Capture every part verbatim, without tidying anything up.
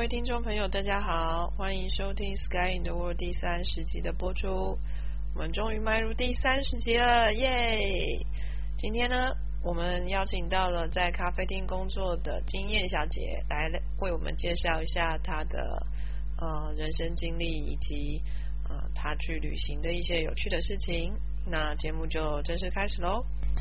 位听众朋友大家好，欢迎收听 Sky in the World 第三十集的播出。我们终于迈入第三十集了，耶！今天呢，我们邀请到了在咖啡厅工作的金燕小姐来为我们介绍一下她的呃人生经历以及呃她去旅行的一些有趣的事情。那节目就正式开始咯。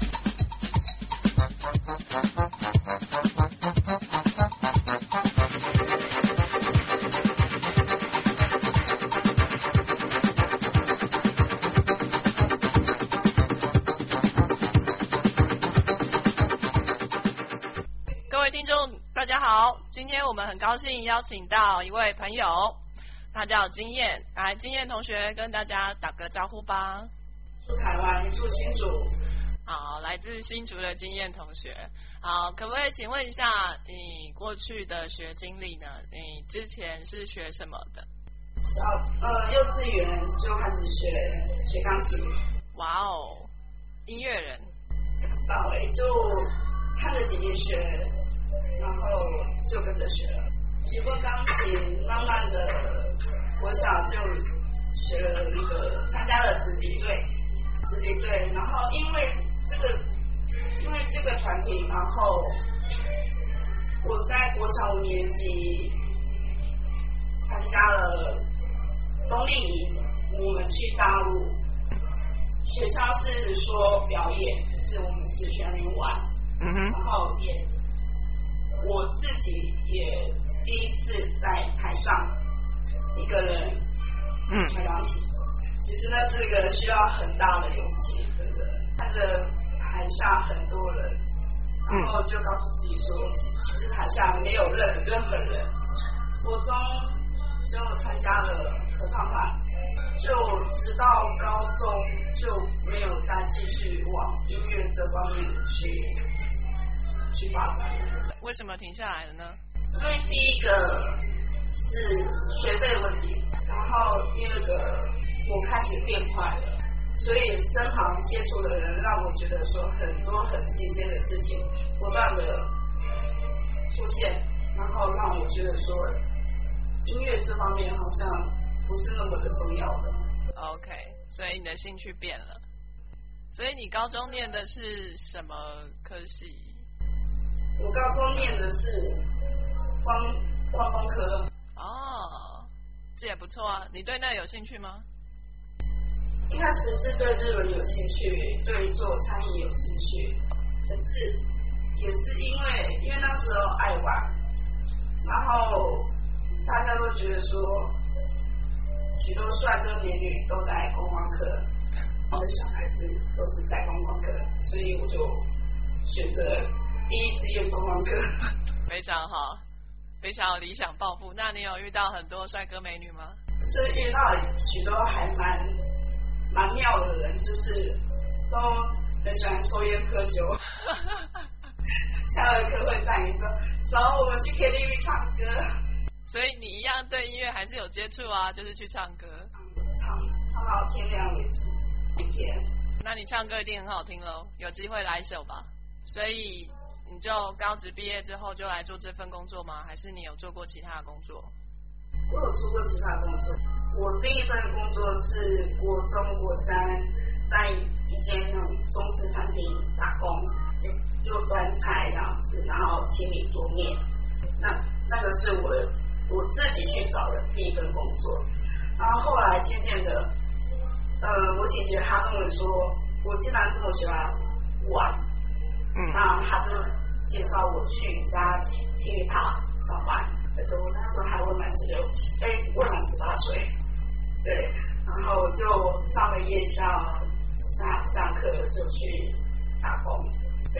各位听众大家好，今天我们很高兴邀请到一位朋友，他叫金燕。来，金燕同学跟大家打个招呼吧。 住台湾，住新竹。 好，来自新竹的金燕同学。好，可不可以请问一下你过去的学经历呢？你之前是学什么的？ 小呃幼稚园就开始学学钢琴。 哇哦，音乐人。 不知道哎，就看着姐姐学，然后就跟着学了。学过钢琴，慢慢的，我小就学了那个参加了子弟队，子弟队，然后因为这个，因为这个团体，然后我在国小五年级参加了冬令营，我们去大陆，学校是说表演，是我们是全年玩， 嗯哼， 然后也我自己也第一次在台上一个人嗯弹钢琴，其实那是一个需要很大的勇气，真的看着台下很多人，然后就告诉自己说，其实台下没有任任何人。国中就参加了合唱团，就直到高中就没有再继续往音乐这方面去去发展。 为什么停下来了呢？ 因为第一个是学费的问题，然后第二个我开始变坏了，所以身旁接触的人让我觉得说很多很新鲜的事情不断的出现，然后让我觉得说音乐这方面好像不是那么的重要的。 OK， 所以你的兴趣变了。所以你高中念的是什么科系？ 我高中念的是观观光科。 哦，这也不错啊。你对那有兴趣吗？ 一开始是对日文有兴趣，对做餐饮有兴趣，可是也是因为因为那时候爱玩，然后大家都觉得说许多帅哥美女都在观光科，我的小孩子都是在观光科，所以我就选择第一志愿观光科。 非常好，非常有理想抱负。那你有遇到很多帅哥美女吗？ 是遇到许多还蛮蛮妙的人，就是都很喜欢抽烟喝酒。下了课会带你说，走，我们去 K T V 唱歌。 所以你一样对音乐还是有接触啊，就是去唱歌。 唱唱到天亮为止，每天。 那你唱歌一定很好听咯，有机会来一首吧。所以你就高职毕业之后就来做这份工作吗？还是你有做过其他的工作？ 我有做过其他工作。我第一份工作是国中国三，在一间那种中式餐厅打工，就就端菜这样子，然后清理桌面。那那个是我的我自己去找的第一份工作。然后后来渐渐的，呃，我姐姐她跟我说，我既然这么喜欢玩， 嗯， 那她就介绍我去一家噼里啪啦上班。而且我那时候还未满十六，哎，未满十八岁，对，然后就上了夜校，下下课就去打工，对，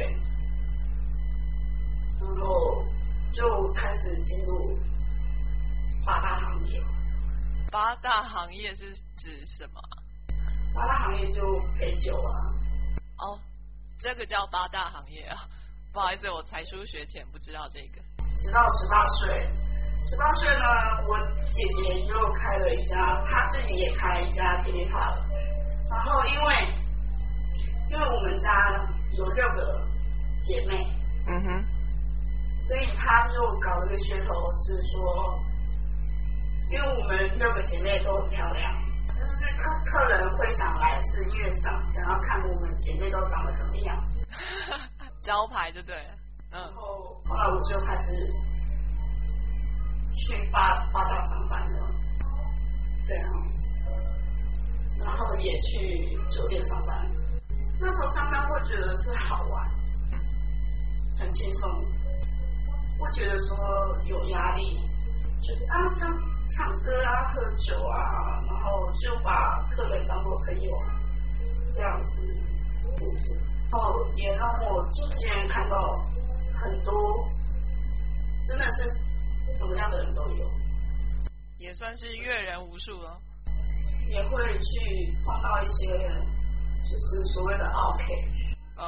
然后就开始进入八大行业。 八大行业是指什么？ 八大行业就陪酒啊。 哦，这个叫八大行业啊。不好意思，我才疏学浅，不知道这个。 直到十八岁，十八岁呢，我姐姐又开了一家，她自己也开了一家噼里啪啦。然后因为因为我们家有六个姐妹， 嗯哼， 所以她就搞了个噱头，是说因为我们六个姐妹都很漂亮，就是客客人会想来，是因为想想要看我们姐妹都长得怎么样。 招牌就对了。嗯。 然后后来我就开始去八八大上班了，对啊，然后也去酒店上班。那时候上班会觉得是好玩，很轻松，不觉得说有压力，觉得啊唱唱歌啊、喝酒啊，然后就把客人当作朋友，这样子不是。然后也让我渐渐看到很多，真的是什么样的人都有， 也算是阅人无数了。 也会去碰到一些就是所谓的 O K。 嗯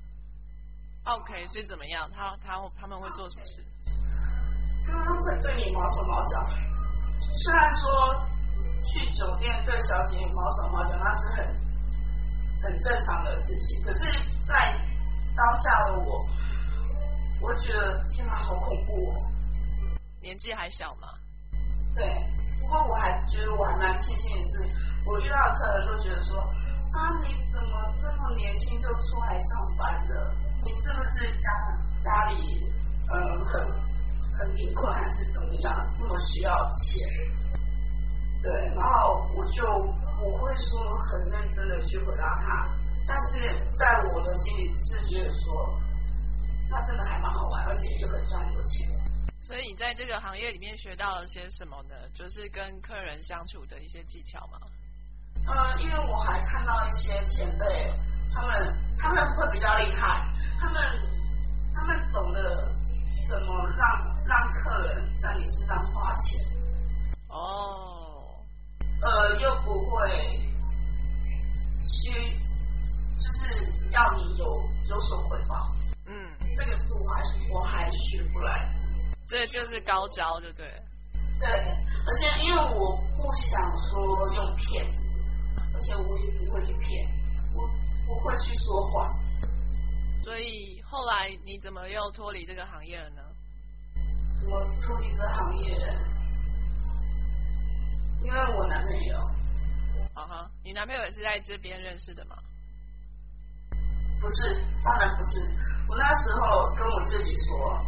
，O K 是怎么样？他他他们会做什么事？ 他会对你毛手毛脚。虽然说去酒店对小姐毛手毛脚那是很很正常的事情，可是，在当下的我，我觉得天哪，好恐怖哦！ 年纪还小嘛？ 对，不过我还觉得我还蛮庆幸的是，我遇到的客人都觉得说，啊，你怎么这么年轻就出来上班了？你是不是家家里呃很很贫困还是怎么样，这么需要钱？对，然后我就我会说很认真的去回答他，但是在我的心里是觉得说，那真的还蛮好玩，而且又可以赚很多钱。 所以你在这个行业里面学到了些什么呢？就是跟客人相处的一些技巧吗？ 呃，因为我还看到一些前辈，他们他们会比较厉害，他们他们懂得怎么让让客人在你身上花钱。 哦。 呃，又不会去，就是要你有有所回报。 嗯， 这个是我还我还学不来。 这就是高招，对不对？ 对，而且因为我不想说用骗子，而且我也不会去骗，我不会去说谎。 所以后来你怎么又脱离这个行业了呢？ 怎么脱离这个行业？因为我男朋友。 啊哈，你男朋友也是在这边认识的吗？ 不是，当然不是。我那时候跟我自己说，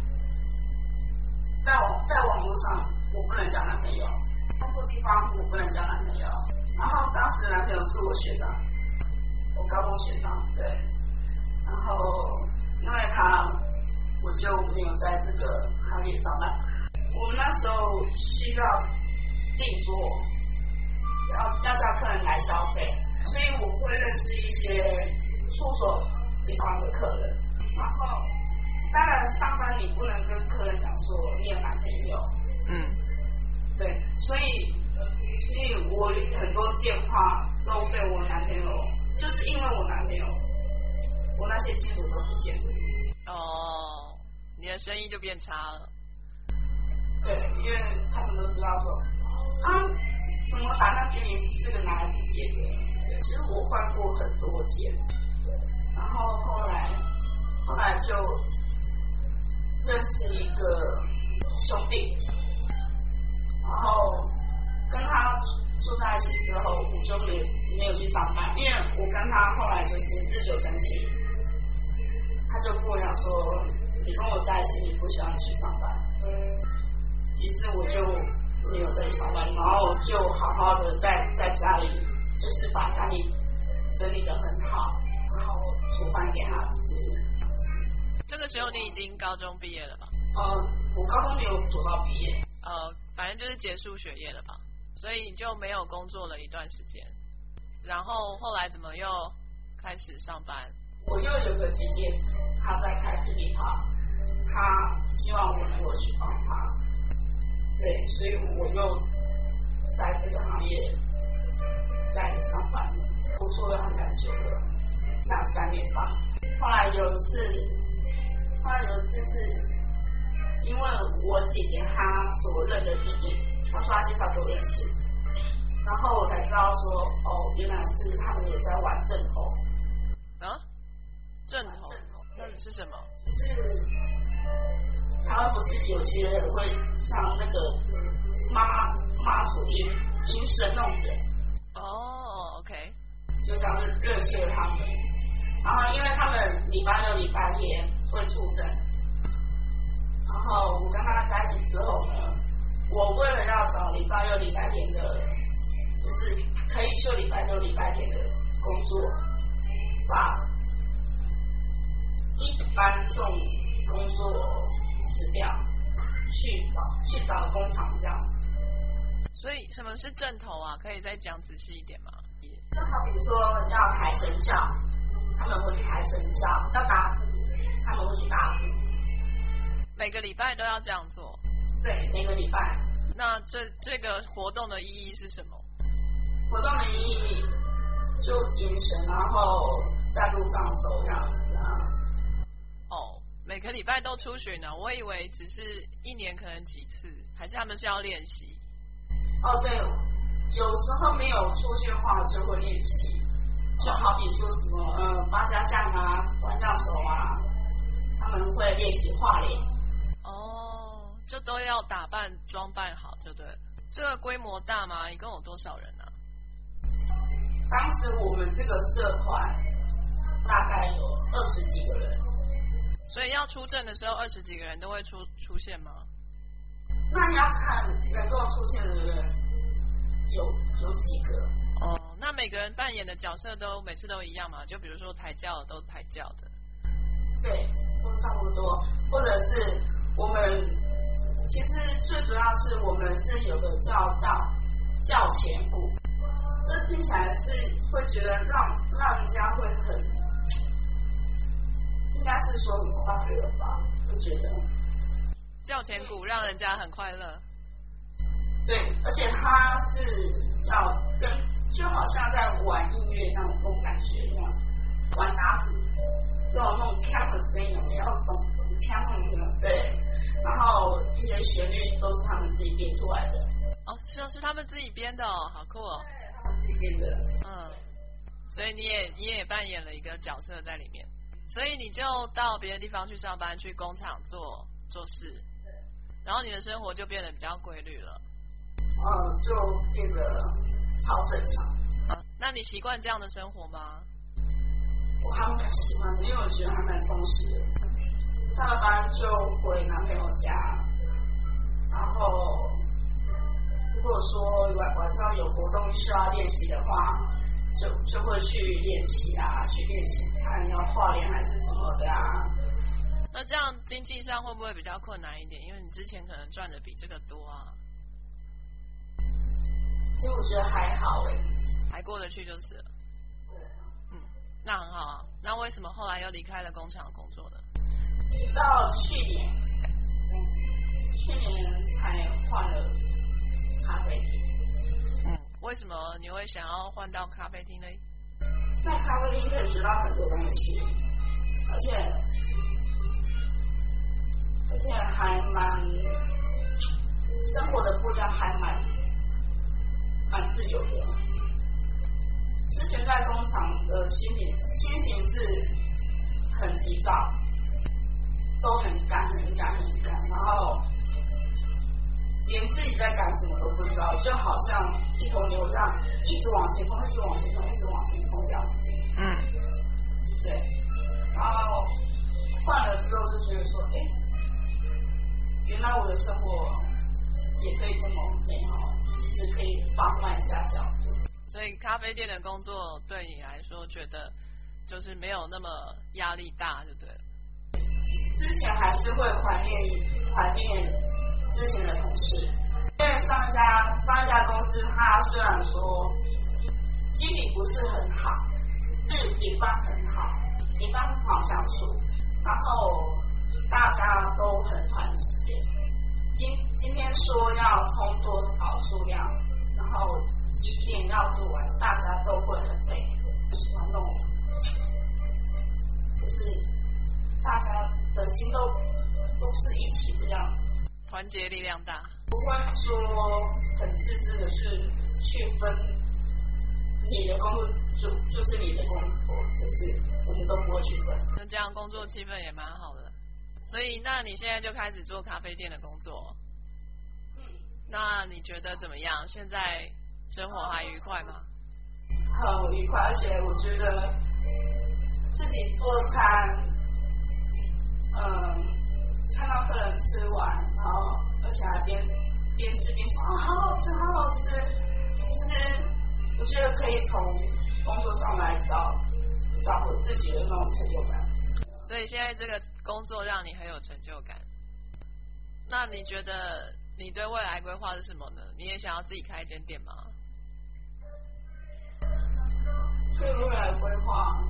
在网在网络上我不能交男朋友，工作地方我不能交男朋友。然后当时男朋友是我学长，我高中学长，对。然后因为他，我就没有在这个行业上班。我们那时候需要定做，要要叫客人来消费，所以我会认识一些出手地方的客人。然后当然上班你不能跟客人讲说你有男朋友， 嗯， 对，所以所以我很多电话都被我男朋友，就是因为我男朋友，我那些记录都不见了。 哦，你的生意就变差了。 对，因为他们都知道说啊，怎么打算给你是个男孩子写的？其实我换过很多件，然后后来后来就认识一个兄弟，然后跟他住在一起之后，我就没没有去上班，因为我跟他后来就是日久生情，他就跟我讲说，你跟我在一起，你不喜欢去上班。于是我就没有再去上班，然后就好好的在在家里，就是把家里整理得很好，然后煮饭给他吃。 这个时候你已经高中毕业了吧？ 呃，我高中没有读到毕业。 呃，反正就是结束学业了吧，所以你就没有工作了一段时间。然后后来怎么又开始上班？ 我又有个姐姐，她在开霹雳趴，她希望我能够去帮她。对，所以我又在这个行业在上班，我做了还蛮久的，两三年吧。后来有一次，后来有一次是因为我姐姐她所认的弟弟，她说她介绍给我认识，然后我才知道说，哦，原来是他们有在玩正头。 啊？正头？那是什么？ 就是台湾不是有些人会像那个妈妈马祖迎迎神弄的。 哦 ，OK， 就像是认识了他们，然后因为他们礼拜六、礼拜天会出征，然后我跟他在一起之后呢，我为了要找礼拜六、礼拜天的，就是可以休礼拜六、礼拜天的工作，把一般这种工作辞掉，去去找工厂这样子。 所以什么是正头啊？可以再讲仔细一点吗？ 就好比说要抬神轎，他们会去抬神轎；要打鼓，他们会去打鼓。 每个礼拜都要这样做。 对，每个礼拜。 那这这个活动的意义是什么？ 活动的意义就迎神，然后在路上走这样子啊。 哦，每个礼拜都出巡呢？我以为只是一年可能几次，还是他们是要练习？ 哦，对，有时候没有出去的话就会练习，就好比说什么呃八家将啊、官将手啊，他们会练习画脸。 哦，就都要打扮装扮好，就对了。这个规模大吗？一共有多少人啊？ 当时我们这个社团大概有二十几个人。 所以要出阵的时候，二十几个人都会出出现吗？ 那你要看能够出现的人有有几个。 哦，那每个人扮演的角色都每次都一样吗？就比如说抬轿的都抬轿的。 对，都差不多。或者是我们其实最主要是我们是有个叫叫轿前鼓，这听起来是会觉得让让人家会很，应该是说很快乐吧，我觉得。 轿前鼓让人家很快乐。 对，而且它是要跟就好像在玩音乐那种那种感觉一样，玩打鼓，那种那种锵的声音有没有？懂锵的，对。然后一些旋律都是他们自己编出来的。 哦，是哦，是他们自己编的哦，好酷哦。 对，他们自己编的。 嗯，所以你也你也扮演了一个角色在里面，所以你就到别的地方去上班，去工厂做做事。然后你的生活就变得比较规律了。 嗯，就变得超正常。 啊，那你习惯这样的生活吗？ 我还蛮喜欢的，因为我觉得还蛮充实的。上了班就回男朋友家，然后如果说晚晚上有活动需要练习的话，就就会去练习啊，去练习看要画脸还是什么的啊。 那这样经济上会不会比较困难一点？因为你之前可能赚的比这个多啊。 其实我觉得还好诶， 还过得去就是了。嗯，那很好啊。那为什么后来又离开了工厂工作呢？ 直到去年，去年才换了咖啡厅。 嗯，为什么你会想要换到咖啡厅呢？ 在咖啡厅可以学到很多东西，而且而且还蛮生活的步调还蛮蛮自由的。之前在工厂的心理心情是很急躁，都很赶很赶很赶，然后连自己在赶什么都不知道，就好像一头牛这样一直往前冲，一直往前冲，一直往前冲这样子。 嗯， 对。然后换了之后就觉得说，哎，原来我的生活也可以这么美好，就是可以放慢下脚步。 所以咖啡店的工作对你来说，觉得就是没有那么压力大，就对了。 之前还是会怀念怀念之前的同事，因为上一家上一家公司，它虽然说经理不是很好，是一般很好，一般很好相处，然后大家都很团结。今今天说要冲多少数量，然后几点要做完，大家都会很配合，喜欢那种就是大家的心都都是一起的样子， 团结力量大， 不会说很自私的去去分你的工作就就是你的工作，就是我们都不会去分。 那这样工作气氛也蛮好的。所以，那你现在就开始做咖啡店的工作？ 嗯， 那你觉得怎么样？现在生活还愉快吗？ 很愉快，而且我觉得自己做餐，嗯，看到客人吃完，然后而且还边边吃边说啊，好好吃，好好吃。其实我觉得可以从工作上来找找回自己的那种成就感。 所以现在这个工作让你很有成就感。那你觉得你对未来规划是什么呢？你也想要自己开一间店吗？ 对未来规划，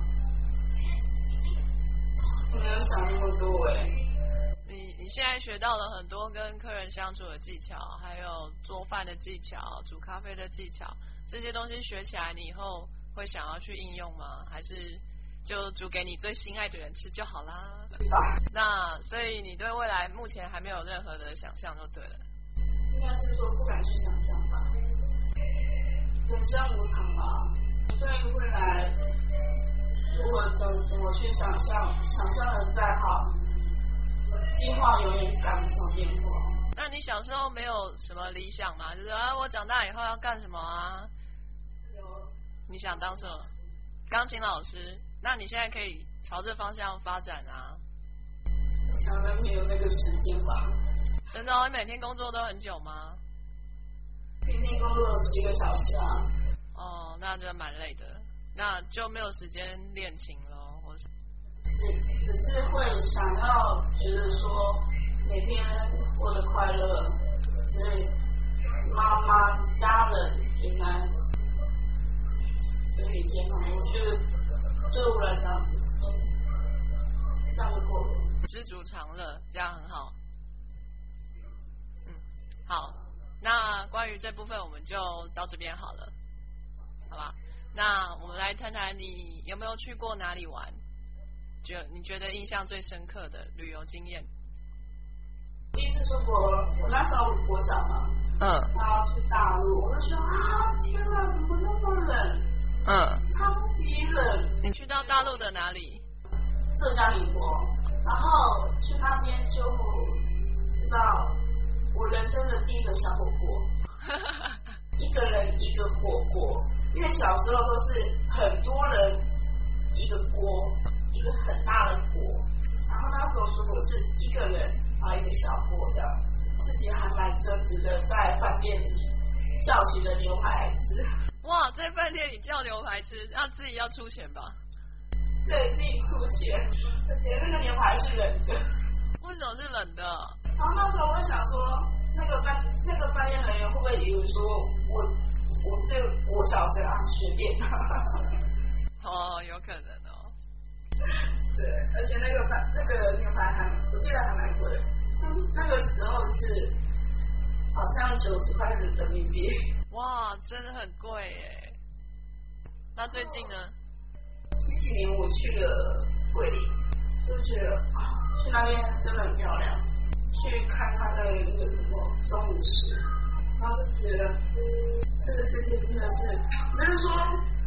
我没有想那么多哎。 你你现在学到了很多跟客人相处的技巧，还有做饭的技巧、煮咖啡的技巧，这些东西学起来，你以后会想要去应用吗？还是就煮给你最心爱的人吃就好啦？那所以你对未来目前还没有任何的想象就对了。 应该是说不敢去想象吧，人生无常嘛。对未来，如果怎么怎么去想象，想象的再好，计划永远赶不上变化。 那你小时候没有什么理想吗？就是啊，我长大以后要干什么啊？ 有。 你想当什么？钢琴老师。那你现在可以朝这方向发展啊。 想了没有那个时间吧。 真的哦，你每天工作都很久吗？ 每天工作十个小时啊。 哦，那真的蛮累的，那就没有时间练琴咯，或是只只是会想要觉得说每天过得快乐，是妈妈家人平安，身体健康。我觉得对我来讲是这样就够了。 知足常乐，这样很好。嗯，好，那关于这部分我们就到这边好了。好吧，那我们来谈谈你有没有去过哪里玩？觉你觉得印象最深刻的旅游经验？ 第一次出国，我那时候国小嘛， 嗯， 然后去大陆，我就说啊，天哪，怎么那么冷？ 嗯， 超级冷。 你去到大陆的哪里？ 浙江宁波，然后去那边就知道我人生的第一个小火锅，一个人一个火锅。因为小时候都是很多人一个锅，一个很大的锅，然后那时候出国是一个人啊一个小锅这样子，自己还蛮奢侈的，在饭店里叫起了牛排来吃。 哇，在饭店里叫牛排吃，那自己要出钱吧？ 对，自己出钱，而且那个牛排是冷的。 为什么是冷的？ 然后那时候我想说，那个饭那个饭店人员会不会以为说我？我是我小时候啊学电的。 哦，有可能哦。 对，而且那个饭那个牛排还我记得还蛮贵的，那个时候是好像九十块人民币。 哇，真的很贵耶。那最近呢？ 前几年我去了桂林，就觉得啊，去那边真的很漂亮，去看他的那个什么钟乳石。然后就觉得这个世界真的是，只是说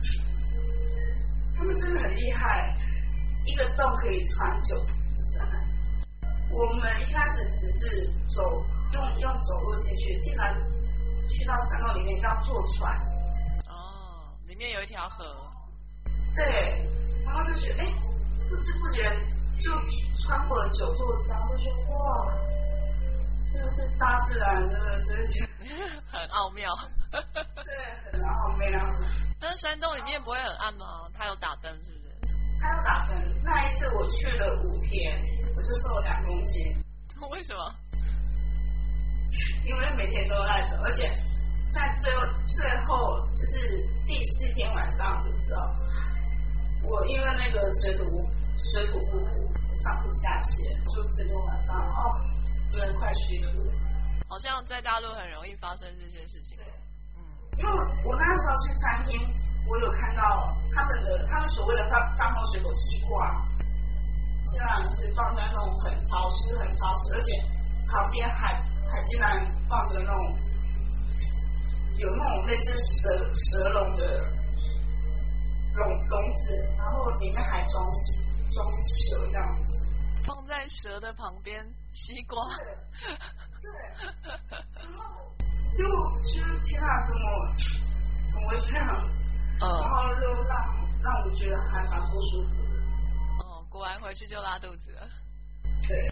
他们真的很厉害，一个洞可以穿九山。我们一开始只是走用用走路进去，竟然去到山洞里面要坐船。 哦，里面有一条河。 对，然后就觉得哎，不知不觉就穿过了九座山，我就觉得哇，真的是大自然，真的是。 很奥妙。 对，很奥妙。 但是山洞里面不会很暗吗？它有打灯是不是？ 它有打灯。那一次我去了五天，我就瘦了两公斤。 为什么？ 因为每天都在走，而且在最后最后就是第四天晚上的时候，我因为那个水土水土不服，上吐下泻，就整个晚上哦，人快虚脱。 好像在大陆很容易发生这些事情。嗯， 因为我那时候去餐厅，我有看到他们的他们所谓的饭饭后水果西瓜，竟然是放在那种很潮湿、很潮湿，而且旁边还还竟然放着那种有那种类似蛇蛇笼的笼笼子，然后里面还装装蛇这样子。 放在蛇的旁边，西瓜。 对。对，然后就觉得天啊，怎么怎么会这样？嗯，然后就让让我觉得还蛮不舒服的。 哦，果然回去就拉肚子了。 对。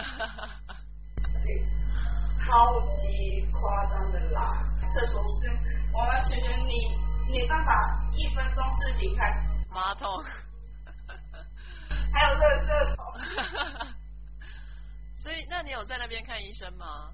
对，超级夸张的拉，厕所是完完全全你没办法一分钟是离开马桶， 还有垃圾桶。 所以，那你有在那边看医生吗？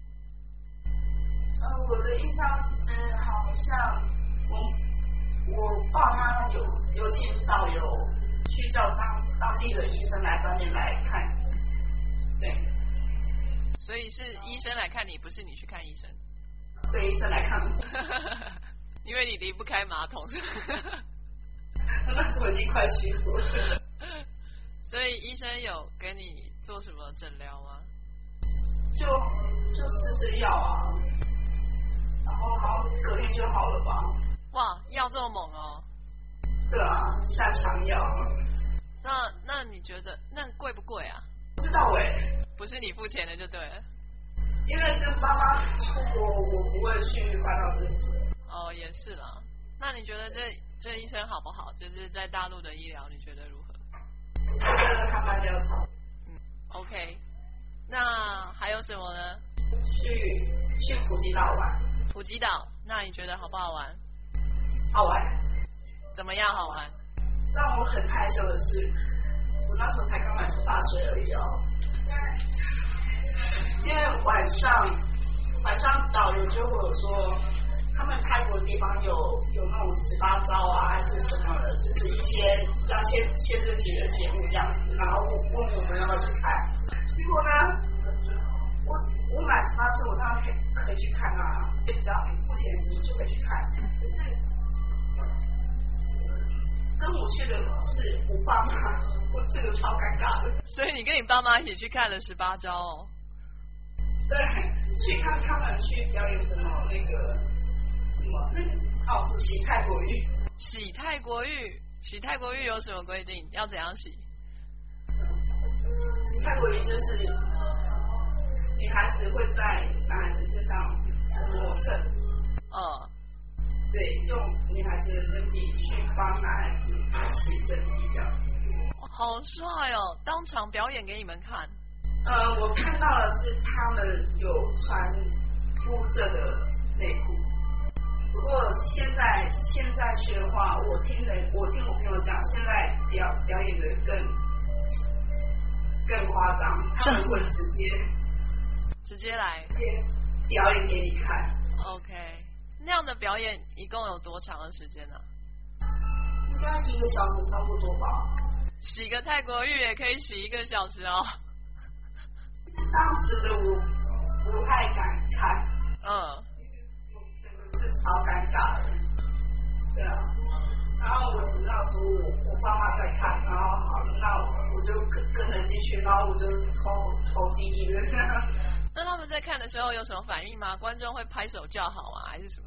呃，我的印象是好像我我爸妈有有请导游去叫当当地的医生来帮你来看，对。 所以是医生来看你，不是你去看医生。 对，医生来看我。 因为你离不开马桶。 那时候已经快虚脱了。 所以医生有给你做什么诊疗吗？ 就就吃吃药啊，然后好像隔天就好了吧。 哇，药这么猛哦。 对啊，下强药。 那那你觉得那贵不贵啊？ 不知道哎、欸。 不是你付钱的就对了。 因为跟爸妈出国，我不会去花到这些。 哦，也是啦。那你觉得这这医生好不好？就是在大陆的医疗，你觉得如何？ 我觉得还蛮潦草。 嗯 ，OK。那还有什么呢？ 去去普吉岛玩。 普吉岛，那你觉得好不好玩？ 好玩。 怎么样好玩？ 让我很害羞的是，我那时候才刚满十八岁而已哦。因为晚上晚上导游就会有说，他们泰国的地方有有那种十八招啊，还是什么的，就是一些比较限限制级的节目这样子，然后问我们要不要去看。结果呢，我我满十八岁，我当然可以可以去看啊，只要你付钱，你就可以去看。可是跟我去的是我爸妈，我这个超尴尬的。 所以你跟你爸妈一起去看了十八招哦。 对，去看他们去表演什么那个什么那个哦，洗泰国浴。 洗泰国浴，洗泰国浴有什么规定？要怎样洗？ 洗泰国浴就是女孩子会在男孩子身上磨蹭。 嗯。 对，用女孩子的身体去帮男孩子洗身体这样子。 好帅哦！当场表演给你们看。 呃，我看到的是他们有穿肤色的内裤，不过现在现在去的话，我听人我听我朋友讲，现在表表演的更更夸张，他们会直接直接来表演给你看。 OK， 那样的表演一共有多长的时间呢、 啊？应该一个小时差不多吧。 洗个泰国浴也可以洗一个小时哦。 当时的我不太敢看， 嗯， 是超尴尬的，对啊。然后我只知道说我我爸妈在看，然后好，那我就跟跟着进去，然后我就头头低低的。 那他们在看的时候有什么反应吗？观众会拍手叫好啊，还是什么？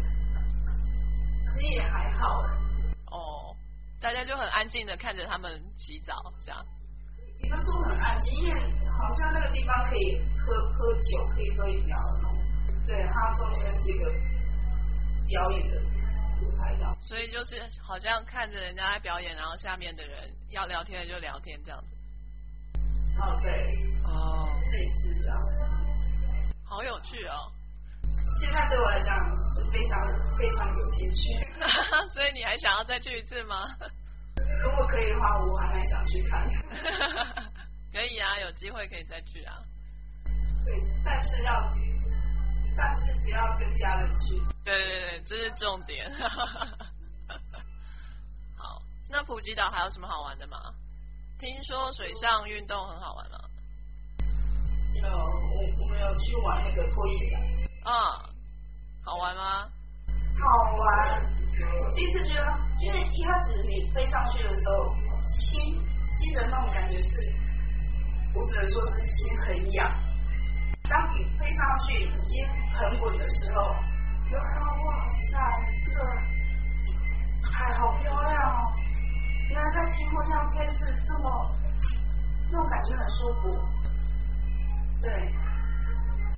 其实也还好。 哦，大家就很安静的看着他们洗澡，这样。 也不是说很安静，因为好像那个地方可以喝喝酒，可以喝饮料的那种。对，它中间是一个表演的舞台的。 所以就是好像看着人家在表演，然后下面的人要聊天的就聊天这样子。 哦，对。哦。类似这样子。 好有趣哦。 现在对我来讲是非常非常有兴趣。 所以你还想要再去一次吗？ 如果可以的话，我还蛮想去看。 可以啊，有机会可以再去啊。 对，但是要，但是不要跟家人去。 对对对，这是重点。好，那普吉岛还有什么好玩的吗？听说水上运动很好玩吗？ 有，我我们有去玩那个拖衣伞。 啊，好玩吗？ 好玩。我第一次觉得，因为一开始你飞上去的时候，心心的那种感觉是，我只能说是心很痒。当你飞上去已经很稳的时候，你就看到哇塞，这个海好漂亮哦！原来在天空上飞是这么，那种感觉很舒服。对。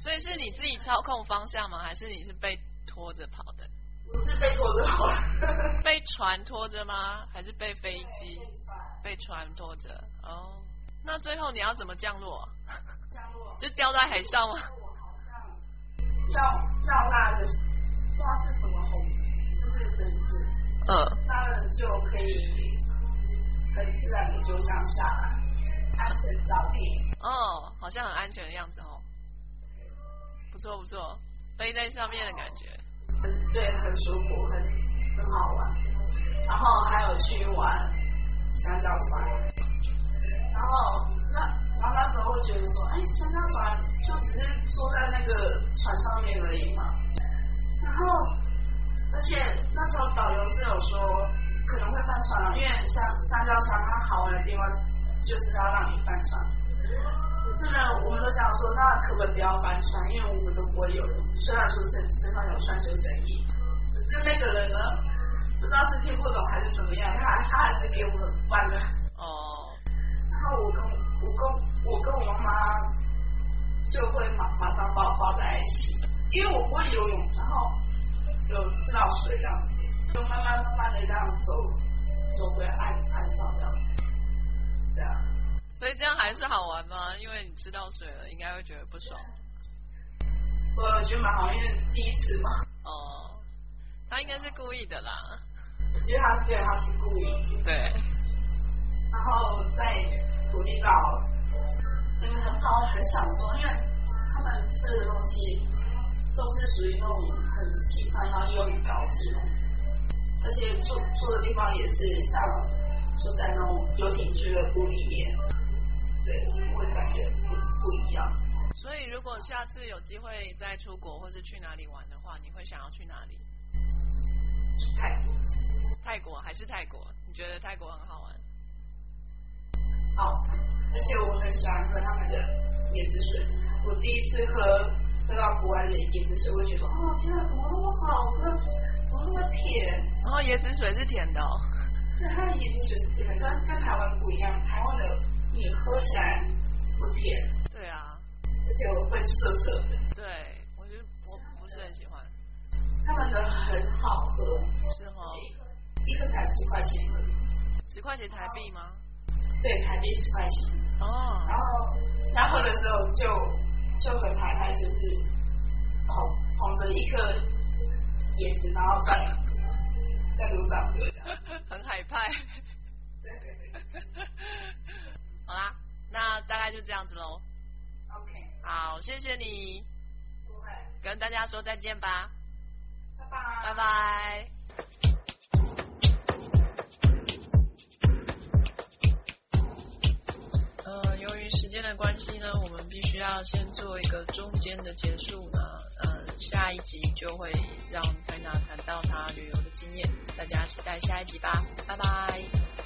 所以是你自己操控方向吗？还是你是被拖着跑的？ 不是被拖着跑， 被船拖着吗？还是被飞机？被船拖着。哦，那最后你要怎么降落？ 降落就掉在海上吗？ 我好像要要拉个不知道是什么红，就是绳子， 嗯， 拉了就可以很自然的就这样下来，安全着地。 哦，好像很安全的样子哦。不错不错，飞在上面的感觉。 很对，很舒服，很很好玩。然后还有去玩香蕉船，然后那然后那时候会觉得说，哎，香蕉船就只是坐在那个船上面而已嘛。然后而且那时候导游是有说可能会翻船啊，因为香香蕉船它好玩的地方就是要让你翻船。可是呢，我们都想说，那可不可以不要翻船？因为我们都不会游泳。虽然说身身上有穿救生衣，可是那个人呢，不知道是听不懂还是怎么样，他他还是给我们翻了。 哦。 然后我跟我跟我跟我妈妈就会马马上抱抱在一起，因为我不会游泳，然后有吃到水这样子，就慢慢慢慢的这样走走回岸岸上这样子，对啊。 所以这样还是好玩吗？因为你吃到水了，应该会觉得不爽。 我觉得蛮好，因为第一次嘛。 哦，他应该是故意的啦。 我觉得他对他是故意。 对。 然后在土地岛，嗯，很好，很享受，因为他们吃的东西都是属于那种很西餐，然后又很高级的，而且住住的地方也是像住在那种游艇俱乐部里面。对，我会感觉不不一样。 所以，如果下次有机会再出国或是去哪里玩的话，你会想要去哪里？ 泰国。 泰国还是泰国？你觉得泰国很好玩？ 好，而且我很喜欢喝他们的椰子水。我第一次喝喝到国外的椰子水，我觉得哦天啊，怎么那么好喝，怎么那么甜？ 然后椰子水是甜的哦。 对，它的椰子水是甜的，跟跟台湾不一样。台湾的你喝起来不甜。 对啊。 而且我会涩涩的。 对，我觉得我不是很喜欢。 他们的很好喝。 是哦。 一颗才十块钱而已。 十块钱台币吗？ 对，台币十块钱。 哦。 然后，然后喝的时候就就很海派，就是捧捧着一颗椰子，然后在在路上喝的。 很海派。 对对对。 好啦，那大概就这样子喽。 OK。 好，谢谢你。 不会。 跟大家说再见吧。 拜拜。 拜拜。呃，由于时间的关系呢，我们必须要先做一个中间的结束呢。呃，下一集就会让 Fena 谈到她旅游的经验，大家期待下一集吧，拜拜。